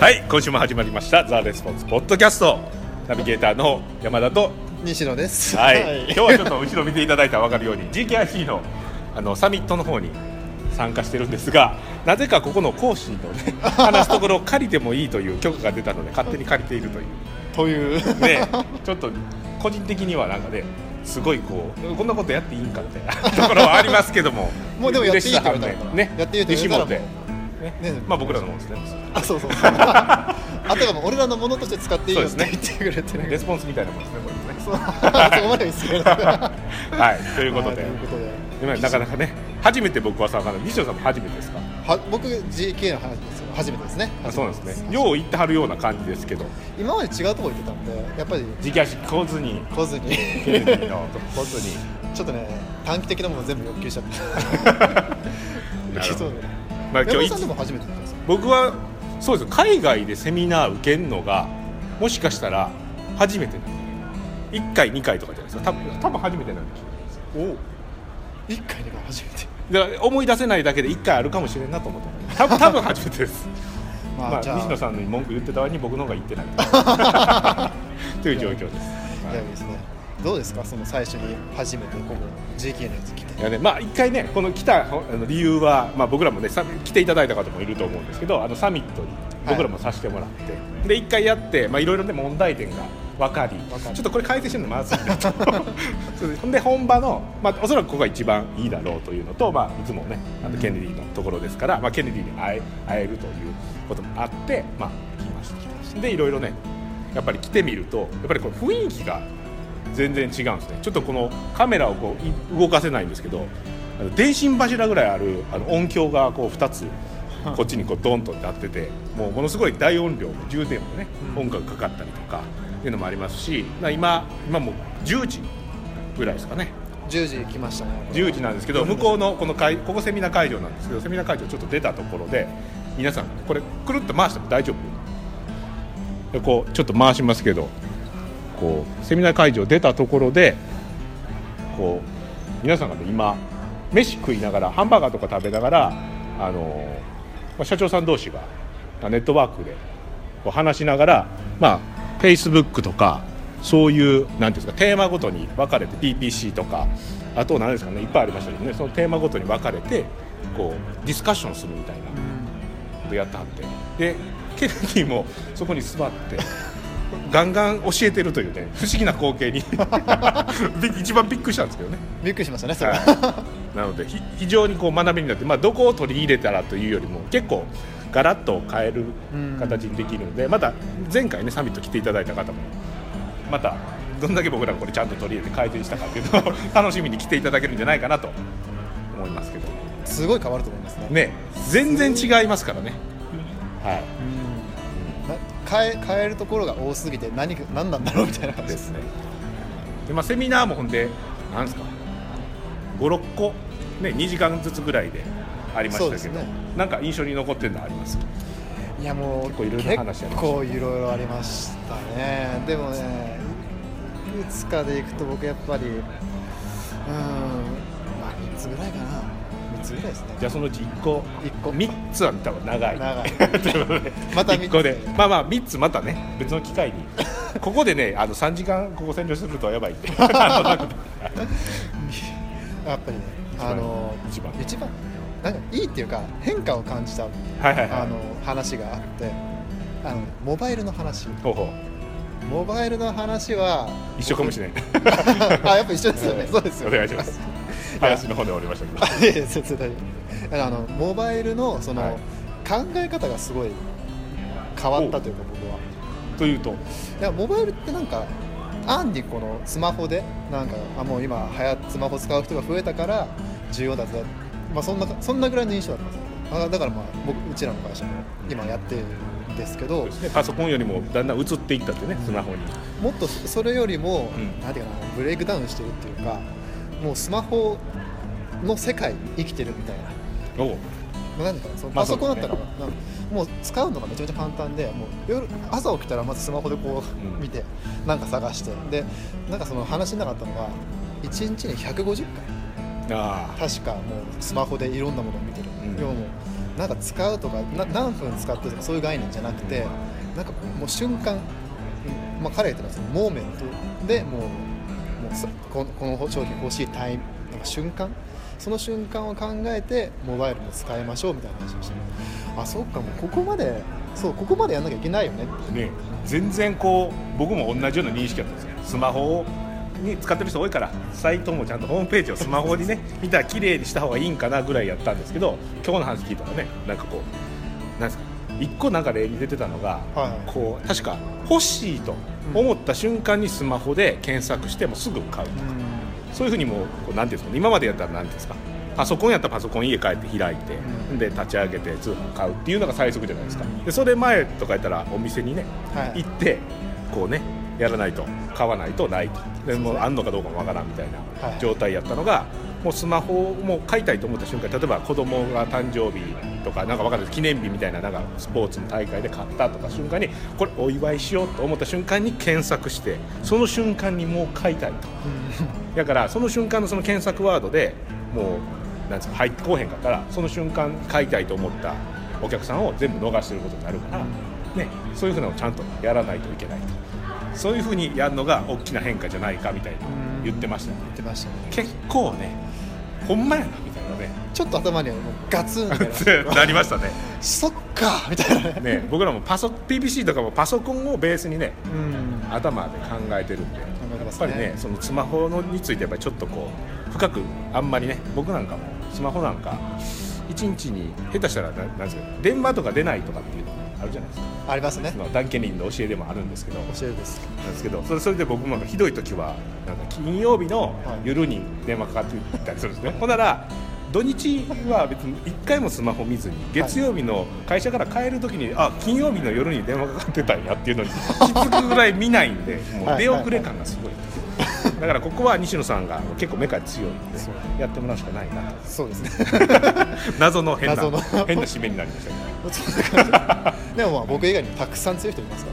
はい、今週も始まりましたザ・レスポンスポッドキャスト、ナビゲーターの山田と西野です。 はい、今日はちょっと後ろ見ていただいたら分かるように GKIC のサミットの方に参加してるんですが、なぜかここの講師のね話すところを借りてもいいという許可が出たので勝手に借りているというね、ちょっと個人的にはなんかねすごいこんなことやっていいんかみたいなところはありますけどももうでもやっていいって言われたらね、 やっていいって言われたらもうね、まあ僕らのものですね。 あ、そうあとはもう俺らのものとして使っていいよって言ってくれてね、 レスポンスみたいなものですね、これね。 そこまでですね。 はい、ということで、今なかなかね、初めて僕は西野さんも初めてですか？ 僕 GK の話ですよ、初めてですね。 あ、そうなんですね。よう言ってはるような感じですけど、 今まで違うところ行ってたんで、やっぱり GKIC来ずにケネディの来ずにちょっとね短期的なもの全部欲求しちゃってそうね。まあ今日山田さんでも初めてですか？ 僕はそうです。海外でセミナー受けるのがもしかしたら初めてなんで、1回2回とかじゃないですか。多分初めてなんでしょう。おお、 1回2回初めてだから思い出せないだけで1回あるかもしれんなと思って多分初めてですまあ、西野さんに文句言ってた割に僕の方が言ってないという状況です。 いやいいですね。どうですか、その最初に初めてここ GK のやつ来て。 いやね、まあ一回ねこの来た理由は、まあ、僕らもね来ていただいた方もいると思うんですけど、サミットに僕らもさせてもらって、はい、で一回やっていろいろね問題点が分かりちょっとこれ改正してるのまずいなとで本場の、まあ、おそらくここが一番いいだろうというのと、まあ、いつもねケネディのところですから、まあ、ケネディに会えるということもあって、まあ、来ましたでいろいろねやっぱり来てみるとやっぱりこの雰囲気が全然違うんですね。ちょっとこのカメラをこう動かせないんですけど、電信柱ぐらいある音響がこう2つこっちにこうドンとなってて、ものすごい大音量の充電もね、音楽かかったりとかいうのもありますし、今もう10時ぐらいですかね。 10時来ましたね。 10時なんですけど、向こうのここセミナー会場なんですけど、セミナー会場ちょっと出たところで皆さんこれくるっと回しても大丈夫で、こうちょっと回しますけど、こうセミナー会場出たところでこう皆さんがね今飯食いながらハンバーガーとか食べながら社長さん同士がネットワークでこう話しながら、まあ、Facebook とかそういうなんていうんですかテーマごとに分かれて PPC とかあと何ですかねいっぱいありましたけどね、そのテーマごとに分かれてこうディスカッションするみたいなことやってはって、でケネディもそこに座ってガンガン教えてるというね不思議な光景に一番びっくりしたんですけどね。 びっくりしましたねそれ、 はい、なので非常にこう学びになって、まあ、どこを取り入れたらというよりも結構ガラッと変える形にできるので、また前回ねサミット来ていただいた方もまたどんだけ僕らがこれちゃんと取り入れて改善したかっていうのを楽しみに来ていただけるんじゃないかなと思いますけど、 すごい変わると思いますね。 ね、全然違いますからね。はい、 変えるところが多すぎて何なんだろうみたいな感じですね。で、まあ、セミナーもほんでなんですか 5,6 個、ね、2時間ずつぐらいでありましたけど、ね、なんか印象に残ってるのあります？ いやもう結構いろいろ話ありました。 結構いろいろありましたね。でもねいくつかでいくと僕やっぱりまあ3つぐらいかな。3つぐらいですね。 じゃあそのうち1個3つは多分長いということでまた 1個でまあ3つまたね別の機会にここでね3時間ここ占領するとはやばいんでやっぱりね一番なんかいいっていうか変化を感じた、話があってモバイルの話モバイルの話は一緒かもしれないやっぱ一緒ですよね、そうですよ、 お願いします話の方でおりましたけど絶対モバイルのその、考え方がすごい変わったというか僕はというといやモバイルってなんか暗にこのスマホでなんかもう今スマホ使う人が増えたから重要だぜ、まあ、そんなぐらいの印象だったんですよ。だからまあうちらの会社も今やってるんですけど、 パソコンよりもだんだん移っていったってね、スマホにもっとそれよりも、なんていうかなブレイクダウンしてるっていうかもうスマホの世界に生きてるみたいな。何かそのパソコンだったら、もう使うのがめちゃめちゃ簡単で、もう朝起きたらまずスマホでこう見て、なんか探してでなんかその話しなかったのが1日に150回確かもうスマホでいろんなものを見てる、要はもうなんか使うとか何分使ってとかそういう概念じゃなくて、なんかもう瞬間、まあ、彼が言ってたのはそのモーメントでもうこの商品欲しいタイムなんか瞬間、その瞬間を考えてモバイルも使いましょうみたいな話をして、あ、そうか、もうここまでやんなきゃいけないよねってね、全然こう僕も同じような認識だったんですよ。スマホに使ってる人多いからサイトもちゃんとホームページをスマホにね見たら綺麗にした方がいいんかなぐらいやったんですけど、今日の話聞いたらね、なんかこうなんですか、一個なんか例に出てたのが、こう確か欲しいと思った瞬間にスマホで検索してもすぐ買うとか、そういうふうにもこうなんていうんですかね、今までやったらなんていうんですか、パソコンやったらパソコン家帰って開いて、で立ち上げて通販買うっていうのが最速じゃないですか。でそれ前とかやったらお店にね、行ってこうねやらないと買わないとないと、でもうあんのかどうかもわからんみたいな状態やったのが、もうスマホを買いたいと思った瞬間、例えば子供が誕生日とかなんかわかんない記念日みたいな、なんかスポーツの大会で買ったとか瞬間にこれお祝いしようと思った瞬間に検索して、その瞬間にもう買いたいとだからその瞬間のその検索ワードでもうなんですか入ってこうへんかったら、その瞬間買いたいと思ったお客さんを全部逃してることになるから、ね、そういうふうなのをちゃんとやらないといけないと、そういうふうにやるのが大きな変化じゃないかみたいな言ってましたね。結構ね、ほんまやなみたいなね、 ちょっと頭にはもうガツンみたいななりましたねそっかみたいなね、僕らもPPC とかもパソコンをベースにね、頭で考えてるんで、やっぱりね、そのスマホについてやっぱりちょっとこう深くあんまりね、僕なんかもスマホなんか1日に下手したらなんですか、電話とか出ないとかっていうのあるじゃないですか。 ありますね。 ダンケリンの教えでもあるんですけど、 教えですなんですけど、それで僕もひどい時はなんか金曜日の夜に電話かかってきたりするんですね、ほんなら土日は別に1回もスマホ見ずに、月曜日の会社から帰るときに、あ、金曜日の夜に電話かかってたんやっていうのに気づくぐらい見ないんで、もう出遅れ感がすごいだからここは西野さんが結構目が強いんでやってもらうしかないなと。 そうですね謎の変な締めになりましたけどでもまあ僕以外にもたくさん強い人いますから、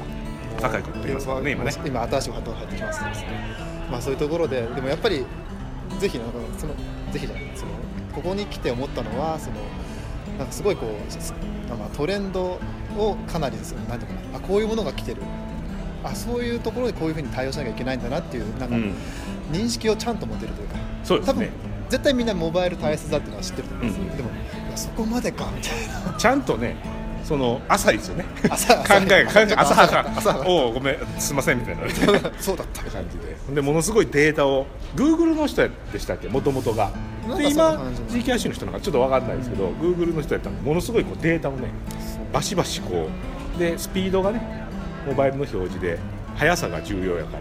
高いこと言いますからね、 今新しい方が入ってきますですね、まあそういうところで、でもやっぱりぜひここに来て思ったのは、なんかすごいこうトレンドをかなりですね、なんていうかな、こういうものが来てる、そういうところでこういうふうに対応しなきゃいけないんだなっていうなんか認識をちゃんと持てるというか、 そうですね、 多分絶対みんなモバイル大切だっていうのは知ってると思うんですよ、でもそこまでかみたいな、 ちゃんとね、その浅いですよね考えが浅はかおおごめんすいませんみたいなそうだった感じでものすごいデータを Google の人でしたっけ、もともとがで、今 GKIC の人なんかちょっと分かんないですけど、Google の人やったらものすごいこうデータをねバシバシこうで、スピードがねモバイルの表示で速さが重要やから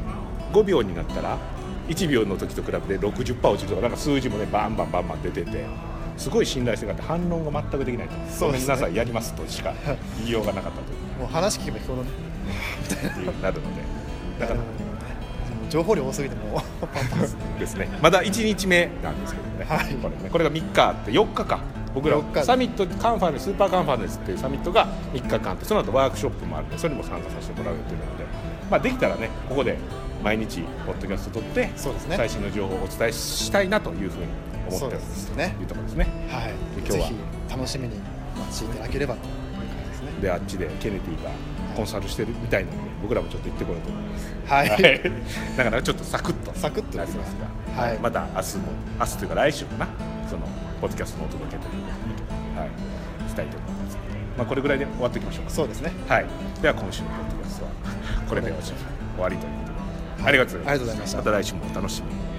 、5秒になったら1秒の時と比べて 60% 落ちるとか、なんか数字もねバンバン出てて、すごい信頼性があって反論が全くできないと、ごめんなさいやりますとしか言いようがなかったというもう話聞けば聞くほどねなるので、だから情報量多すぎてもうパンパンですね。まだ1日目なんですけどね、これが3日あって4日か、僕らサミットカンファレンス、スーパーカンファレンスっていうサミットが3日間あって、その後ワークショップもあるので、それにも参加させてもらう予定なので、まあ、できたらねここで毎日ポッドキャスト撮って、最新の情報をお伝えしたいなというふうに思っておりますというところですね。 今日はぜひ楽しみに待ちいただければという感じですね。 であっちでケネディがコンサルしてるみたいなので、僕らもちょっと行ってこようと思います。だからちょっとサクッとなりますが、また明日というか来週かな、そのポッドキャストのお届けということで、したいと思います。まあこれぐらいで終わっていきましょうか。 そうですね。 では今週のポッドキャストはこれで終わりということで、ありがとうございました。また来週もお楽しみに。